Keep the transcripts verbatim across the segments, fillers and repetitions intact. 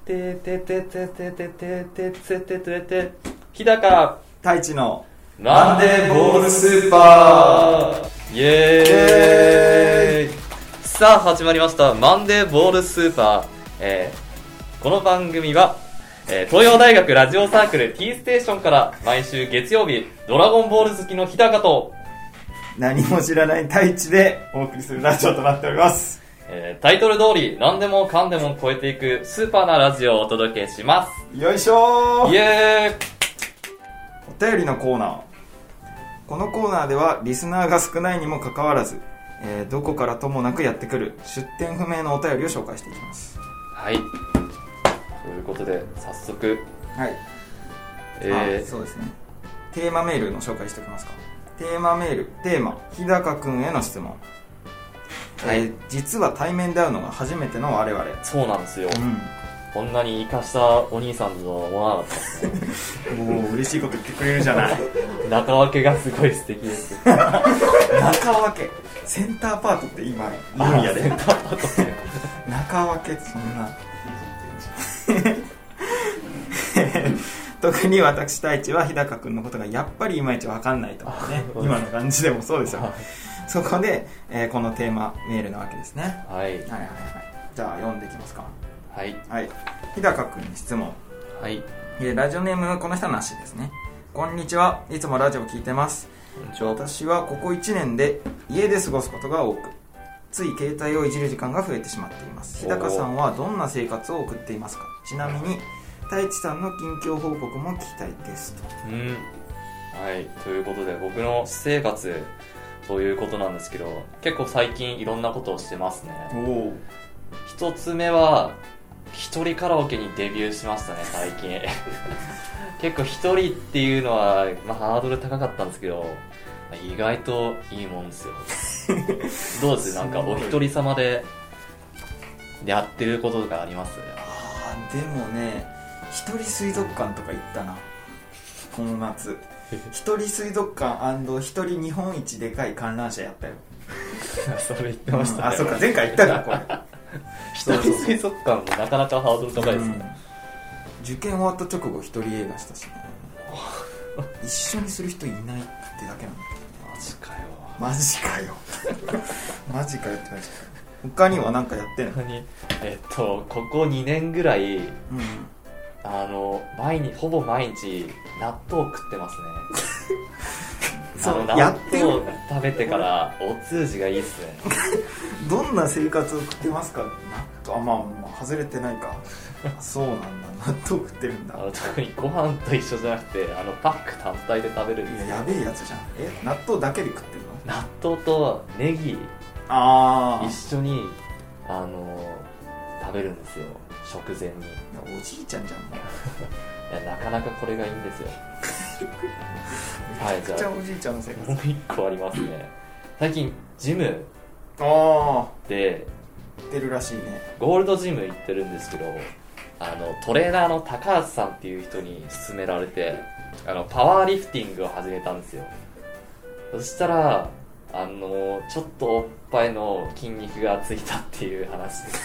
てててててててててててて日高太一のマンデーボールスーパーイエーイ。さあ始まりましたマンデーボールスーパー、えー、この番組は、えー、東洋大学ラジオサークル T ステーションから毎週月曜日ドラゴンボール好きの日高と何も知らない太一でお送りするラジオとなっております。 えー、タイトル通り何でもかんでも超えていくスーパーなラジオをお届けします。 よいしょー。 イエーイ。 お便りのコーナー。このコーナーではリスナーが少ないにもかかわらず、えー、どこからともなくやってくる出典不明のお便りを紹介していきます。 はい、ということで早速、 はい、 えー、 そうですね、テーマメールの紹介しておきますか。テーマメール、テーマ、日高くんへの質問。はい、えー、実は対面で会うのが初めての我々。 そうなんですよ、うん、こんなに生かしたお兄さんとは思わなかったですね。 もう嬉しいこと言ってくれるじゃない。 中分けがすごい素敵です。 中分け、センターパートって今言うんやで。 センターパートって中分け、そんな特に私太一は日高くんのことがやっぱりいまいち分かんないとかね。今の感じでもそうですよ。そこで、えー、このテーマメールなわけですね。 はい、はいはいはい。 じゃあ読んでいきますか。 はい、 はい、日高くんに質問。 はい、 えー、ラジオネームこの人なしですね。こんにちは、いつもラジオ聞いてます。 こんにちは。 私はここいちねんで家で過ごすことが多く、つい携帯をいじる時間が増えてしまっています。日高さんはどんな生活を送っていますか。ちなみに太一さんの近況報告も聞きたいですと。 うん、はい、ということで僕の私生活ということなんですけど、結構最近いろんなことをしてますね。 お一つ目は一人カラオケにデビューしましたね、最近。結構一人っていうのは、まあ、ハードル高かったんですけど、意外といいもんですよ。どうですなんかお一人様でやってることがあります？ あー、でもね、一人水族館とか行ったな、この夏。一人水族館&一人日本一でかい観覧車やったよ。 それ言ってましたね、 うん、あ、そっか、前回言ったかこれ。 一人水族館もなかなかハードル高いですね、 うん、受験終わった直後一人映画したしね。一緒にする人いないってだけなんだ。 マジかよマジかよマジかよってマジかよ。他には何かやってんの？ 他にえっとここにねんぐらい、うん、あの毎日ほぼ毎日納豆を食ってますね。 そう納豆を食べてからお通じがいいっすね。 どんな生活を送ってますか？納豆、あ、まあ、まあ外れてないか。そうなんだ、納豆食ってるんだ。 あの特にご飯と一緒じゃなくて、あのパック単体で食べるんですよ。 いや、やべえやつじゃん。え、納豆だけで食ってるの？ 納豆とネギあ一緒にあの食べるんですよ、食前に。 おじいちゃんじゃんもう。 いや、なかなかこれがいいんですよ。はい、 めちゃくちゃおじいちゃんの生活。 もう一個ありますね。最近ジムで行ってるらしいね。 ゴールドジム行ってるんですけど、あのトレーナーの高橋さんっていう人に勧められて、あのパワーリフティングを始めたんですよ。そしたらあのちょっとおっぱいの筋肉がついたっていう話です。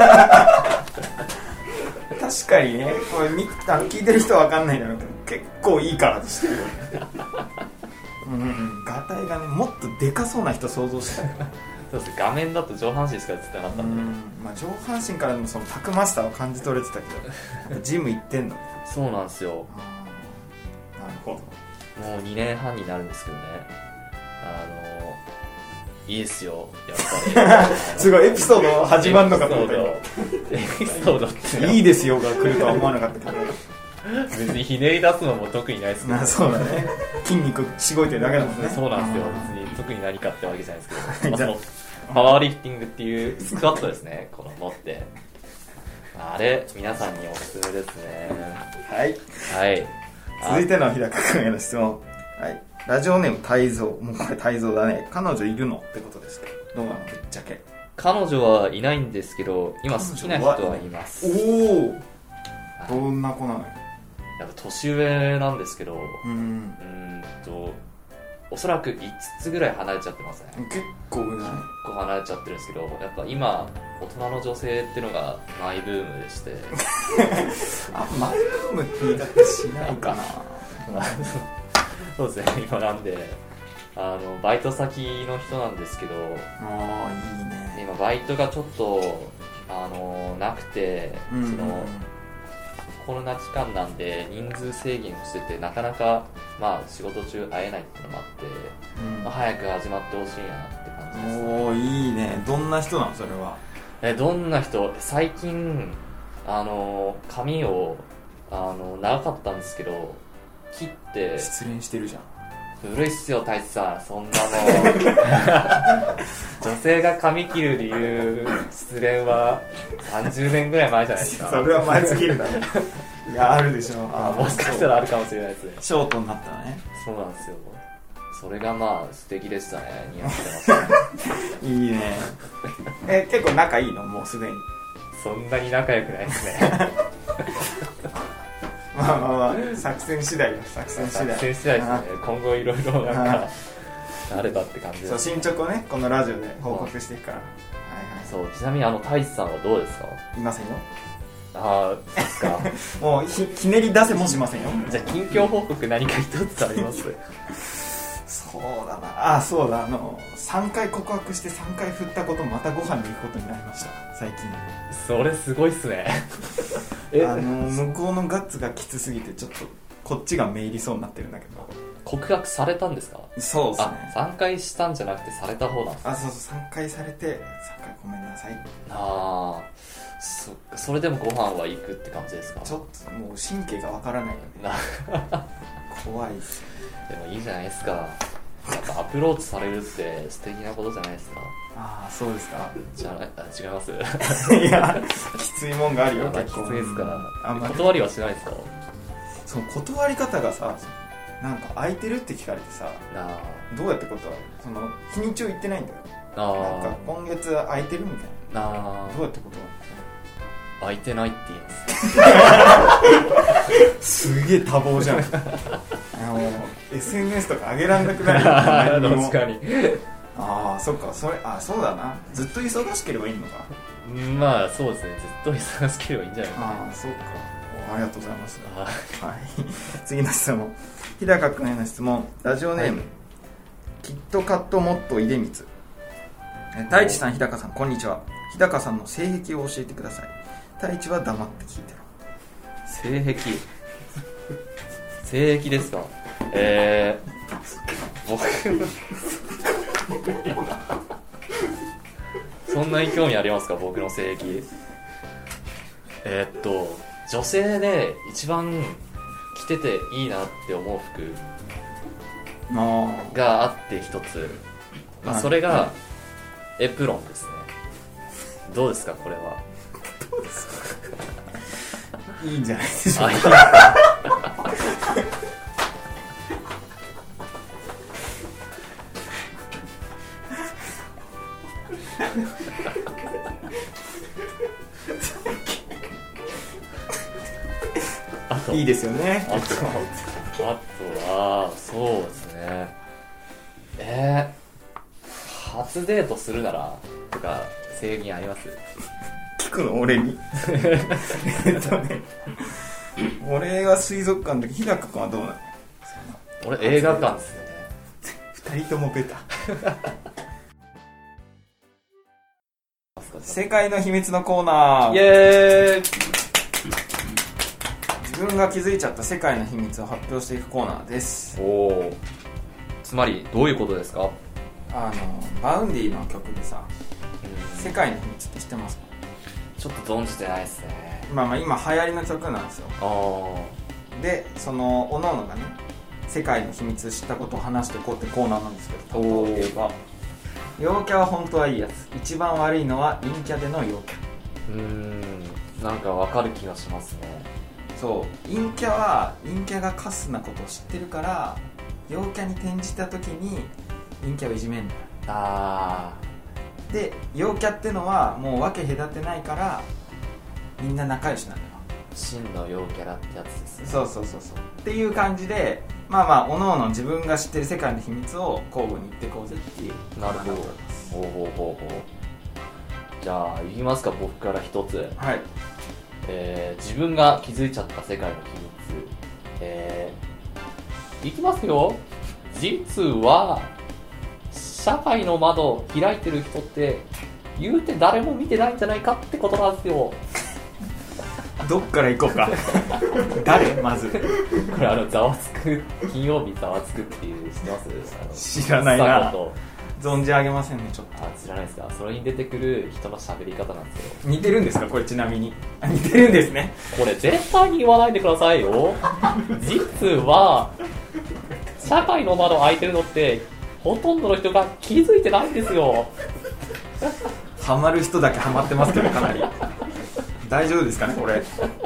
確かにね、これ見あの聞いてる人は分かんないだろうけど、結構いい体してるよね。うんうん、ガタイがね、もっとでかそうな人想像したよ。 そうです、画面だと上半身しか映ってなかったんで、うん、 まあ、上半身からのそのたくましさを感じ取れてたけど、やっぱジム行ってんの。 そうなんですよ。 なるほど。もうにねんはんになるんですけどね。あのいいですよ、やっぱり。 すごいエピソード始まるのかと思ったよ。 エピソードっていいですよが来るとは思わなかったけど。 別にひねり出すのも特にないですけど。 そうだね。筋肉しごいてるだけだもんね。 そうなんですよ。別に特に何かってわけじゃないですけど。まあ、そのパワーリフティングっていうスクワットですね。この持って。あれ皆さんにおすすめですね。 はい。 はい。 続いての日高君への質問。はい。ラジオネーム泰造。もうこれ泰造だね。彼女いるのってことですか？どうなの？ぶっちゃけ。 彼女はいないんですけど、今好きな人はいます。 おお。どんな子なのよ。 やっぱ年上なんですけど、 うん、 うんとおそらくいつつぐらい離れちゃってますね。 結構ない。 結構離れちゃってるんですけど、やっぱ今大人の女性っていうのがマイブームでしてあ、マイブームって言い方しないかなそうですね、今なんであのバイト先の人なんですけど、 ああいいね。 今バイトがちょっとあのなくて、 うんうんうん、 そのコロナ期間なんで人数制限をしててなかなか、まあ、仕事中会えないっていうのもあって、うん、まあ、早く始まってほしいなって感じです。 おーいいね。どんな人なのそれは。 えどんな人。最近あの髪をあの長かったんですけど切って。 失恋してるじゃん。 古いっすよ太一さん、そんなの女性が髪切る理由、失恋はさんじゅうねんぐらい前じゃないですか。 それは前つけるだろいやあるでしょ。 あもしかしたらあるかもしれないですね。 ショートになったね。 そうなんですよ。それがまあ素敵でしたね。似合ってましたねいいね。え結構仲いいのもうすでに。 そんなに仲良くないですねまあまあまあ作戦次第よ。作戦次第。 作戦次第ですね。今後いろいろなんかなればって感じです。 そう進捗をねこのラジオで報告していくから。はいはい。 そうちなみにあの太一さんはどうですか。 いませんよ。 ああですかもう ひ, ひねり出せもしませんよ。 じゃあ近況報告何か一つありますそうだなあ。そうだあのさんかい告白してさんかい振ったことまたご飯に行くことになりました最近。 それすごいっすねあの向こうのガッツがきつすぎてちょっとこっちがめいりそうになってるんだけど。 告白されたんですか。 そうですね。 あさんかいしたんじゃなくてされた方なんですか。 あそうそうさんかいされてさんかいごめんなさい。 ああ そ, それでもご飯は行くって感じですか。 ちょっともう神経がわからないよね怖いっすよね。 でもいいじゃないですか。やっぱアプローチされるって素敵なことじゃないですか。 ああそうですか。 じゃあ違いますいやきついもんがあるよ結構。 きついですからあんまり断りはしないですか。 そう断り方がさなんか空いてるって聞かれてさあどうやって断る。その日にちを言ってないんだよ。 あなんか今月空いてるみたいな。 あどうやって断る。 空いてないって言いますすげえ多忙じゃんあの エスエヌエス とか上げらんなくなるよ確かに。 ああそっかそれあそうだな。ずっと忙しければいいのか。 まあそうですね、ずっと忙しければいいんじゃないかな。 ああそうか。ありがとうございます。 はい次の質問。日高君への質問。ラジオネーム、はい、キットカットモット出光。太一さん日高さんこんにちは。日高さんの性癖を教えてください。太一は黙って聞いてる。 性癖性癖ですか。えー、僕そんなに興味ありますか僕の性癖。えー、っと女性で一番着てていいなって思う服があって一つ、まあ、それがエプロンですね。どうですかこれは。 どうですかいいんじゃないでしょうか。いいですよね。 あとあとはそうですね。えー、初デートするならとか制限あります。 聞くの俺にえっとね俺は水族館の時。日高君はどうなの。 俺映画館ですね。 ふたりともベタ世界の秘密のコーナー。 イエーイ。 自分が気づいちゃった世界の秘密を発表していくコーナーです。 おお。つまりどういうことですか。 あのバウンディの曲でさ、うん、世界の秘密って知ってますか。 ちょっと存じてないですね。 まあまあ今流行りの曲なんですよ。 あでその各々がね世界の秘密知ったことを話していこうってコーナーなんですけど、例えば陽キャは本当はいいやつ、一番悪いのは陰キャでの陽キャ。 うーんなんかわかる気がしますね。 そう陰キャは陰キャがカスなことを知ってるから陽キャに転じた時に陰キャをいじめんだよ。 あーで陽キャってのはもう分け隔てないからみんな仲良しなんだよ。 真の陽キャラってやつですね。 そうそうそうそうっていう感じで、 まあまあおのおの自分が知ってる世界の秘密を交互に言っていこうぜっていう。 なるほど。ほうほうほうほう。じゃあいきますか、僕から一つ。 はい。 えー、自分が気づいちゃった世界の秘密。えー、いきますよ。実は社会の窓開いてる人って言うて誰も見てないんじゃないかってことなんですよ。 どっから行こうか。誰まず。 これあのざわつく金曜日ざわつくっていう知ってます？ 知らないな。 佐藤存じ上げませんね、ちょっと。 あ、知らないですか？それに出てくる人の喋り方なんですよ。 似てるんですかこれ、ちなみに。あ、似てるんですね。 これ絶対に言わないでくださいよ。実は社会の窓開いてるのってほとんどの人が気づいてないんですよ。 ハマる人だけハマってますけど、かなり。大丈夫ですかねこれ。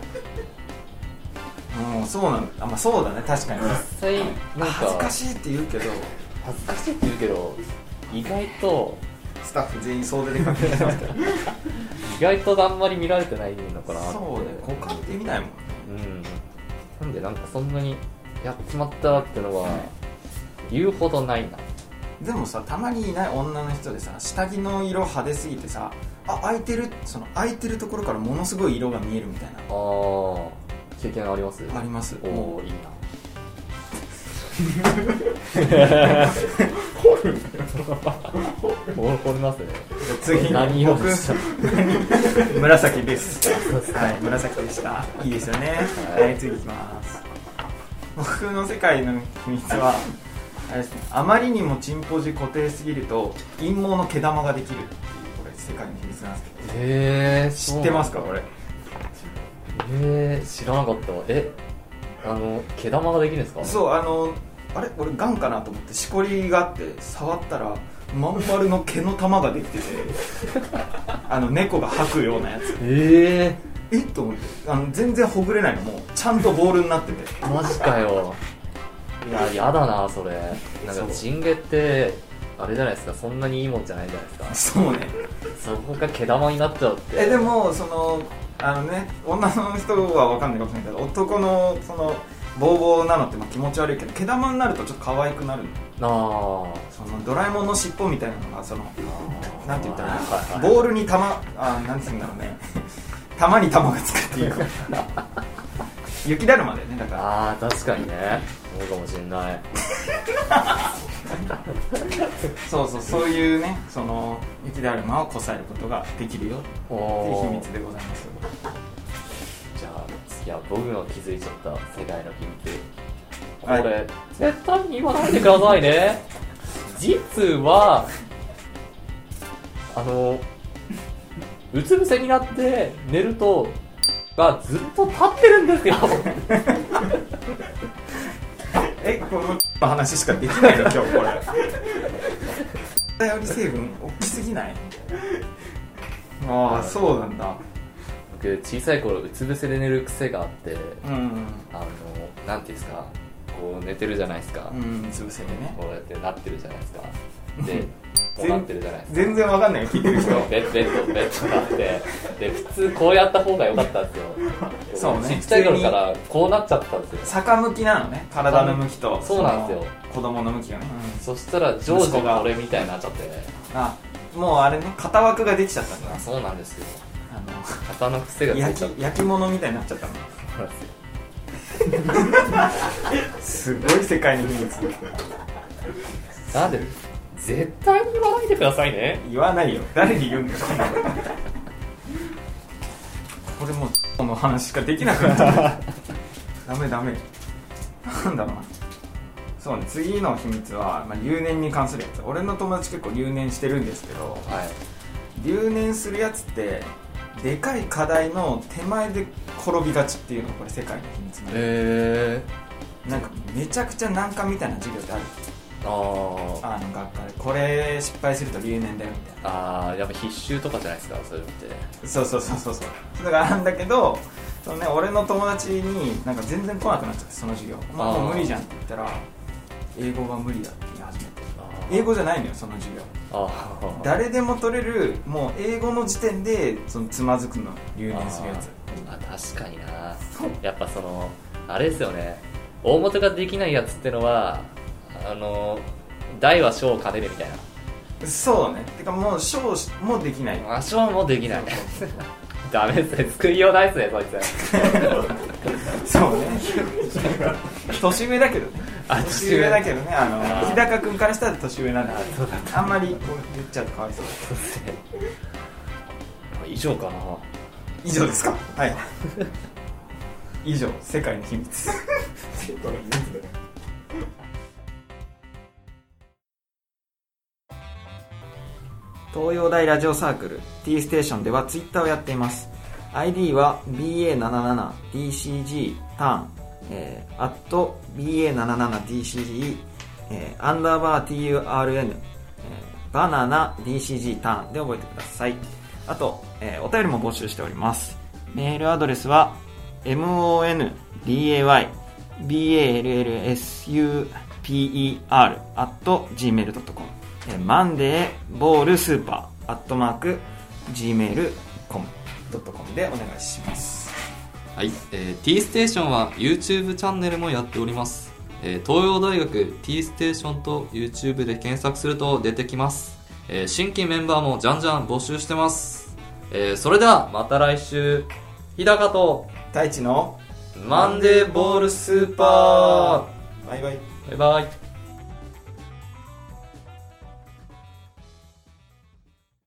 うん、そうなんだ。あ、まあそうだね、確かに。 実際なんか恥ずかしいって言うけど、 恥ずかしいって言うけど意外とスタッフ全員総出で確認してますけど。 意外とあんまり見られてないのかなって。 そうね、股間って見ないもんね。 うん。なんでなんかそんなにやっちまったってのは言うほどないな。 でもさ、たまにいない女の人でさ、下着の色派手すぎてさ、あ、開いてる、その開いてるところからものすごい色が見えるみたいな。 あー、経験あります？ あります。 おー、いいな。 掘る掘りますね。 次、 何色僕でした？ 紫です。はい、紫でした。いいですよね。はい、はい、次いきます。僕の世界の秘密は、あれですね、あまりにもチンポジ固定すぎると陰謀の毛玉ができるっていう、これ世界の秘密なんですけど。 へー、 知ってますかこれ？ えー、知らなかったわ。え、あの毛玉ができるんですか？ そう、あのあれ俺ガンかなと思ってしこりがあって触ったらまん丸の毛の玉ができててあの猫が吐くようなやつ。 ええっと思って、あの全然ほぐれないの、もうちゃんとボールになってて。 ー、マジかよ。いや、やだなそれ。なんかチンゲってあれじゃないですか、そんなにいいもんじゃないじゃないですか。 そうね。 そこが毛玉になっちゃうって。 えでもそのあのね、女の人は分かんないかもしれないけど、男のそのボーボーなのってまあ気持ち悪いけど、毛玉になるとちょっと可愛くなるの。 あそのドラえもんの尻尾みたいなのが、そのなんて言ったらいいの、 はいはい、 ボールに玉、あ、なんて言うんだろうね玉に玉がつくっていう雪だるまだよね、だから。 ああ、確かにね、そうかもしれない。 そうそう、そういうね、その雪だるまをこさえることができるよっていう秘密でございます。 じゃあ次は僕の気づいちゃった世界の秘密。こはい、 れ絶対に言わないでくださいね。実はあのうつ伏せになって寝るとがずっと立ってるんですよ。 え、この話しかできないの今日これ。頼り成分大きすぎない？ああ、そうなんだ。 僕小さい頃うつ伏せで寝る癖があって、 うん、うん、 あのなんていうんですか、こう寝てるじゃないですか、 うん、うつ伏せでね、 こうやってなってるじゃないですか。でこうなってるじゃないですか。 全然わかんないよ聞いてる人。 ベッベッドベッドがあって、で普通こうやった方が良かったんですよ。 そうね、 ちっちゃい頃からこうなっちゃったんですよ。 逆向きなのね、体の向きと。 そうなんですよ、 子供の向きがね、 うん、そしたら常時これみたいになっちゃって、 あ、もうあれね、型枠ができちゃったんだ。 そうなんですよ、 あの型の癖がついちゃって焼き、焼き物みたいになっちゃったの。 そうなんですよ。 すごい世界の秘密。 なんで絶対に言わないでくださいね。 言わないよ、誰に言うんだよこんなの。これもうこの話しかできなくなっちゃう。ダメダメ。なんだろうな。そうね、次の秘密は、まあ、留年に関するやつ。俺の友達結構留年してるんですけど、 はい、 留年するやつってでかい課題の手前で転びがちっていうのがこれ世界の秘密なんで、 へー、なんかめちゃくちゃ難関みたいな授業ってある。 あーあの学科でこれ失敗すると留年だよみたいな。 あー、やっぱ必修とかじゃないですか、そういうのって。 そうそうそうそうそう。それがあるんだけど、そのね、俺の友達になんか全然来なくなっちゃって、その授業、まあ、もう無理じゃんって言ったら英語が無理だって言い始めて。英語じゃないのよその授業。 あ誰でも取れる、もう英語の時点でそのつまずくの、留年するやつ。 あ、確かにな。やっぱそのあれですよね、 大元ができないやつってのはあの大は小を兼ねるみたいな。 そうね。てかもう小もできない。 あ、小もできないダメっすね、作りようないっすねそいつそうね年上だけどね。 あ、 年上だけどね、あのあ日高君からしたら年上なんで、 あ、そうだった。 あんまりこう言っちゃうとかわいそう。 そうっすね。以上かな。 以上ですか。はい以上、世界の秘密東洋大ラジオサークル T ステーションではツイッターをやっています。 アイディー は ビーエーななななディーシージー ターン、えー、アット ビーエーななななディーシージー、えー、アンダーバー ティーユーアールエヌ、えー、バナナ ディーシージー ターンで覚えてください。あと、えー、お便りも募集しております。メールアドレスは モンダイバルスーパー アット ジーメールドットコム、マンデーボールスーパーアットマーク ジーメールドットコム でお願いします。 はい、えー、T ステーションは YouTube チャンネルもやっております。えー、東洋大学 T ステーションと YouTube で検索すると出てきます。えー、新規メンバーもじゃんじゃん募集してます。えー、それではまた来週、日高と太一のマンデーボールスーパバイバイ。 ー、バイバイ。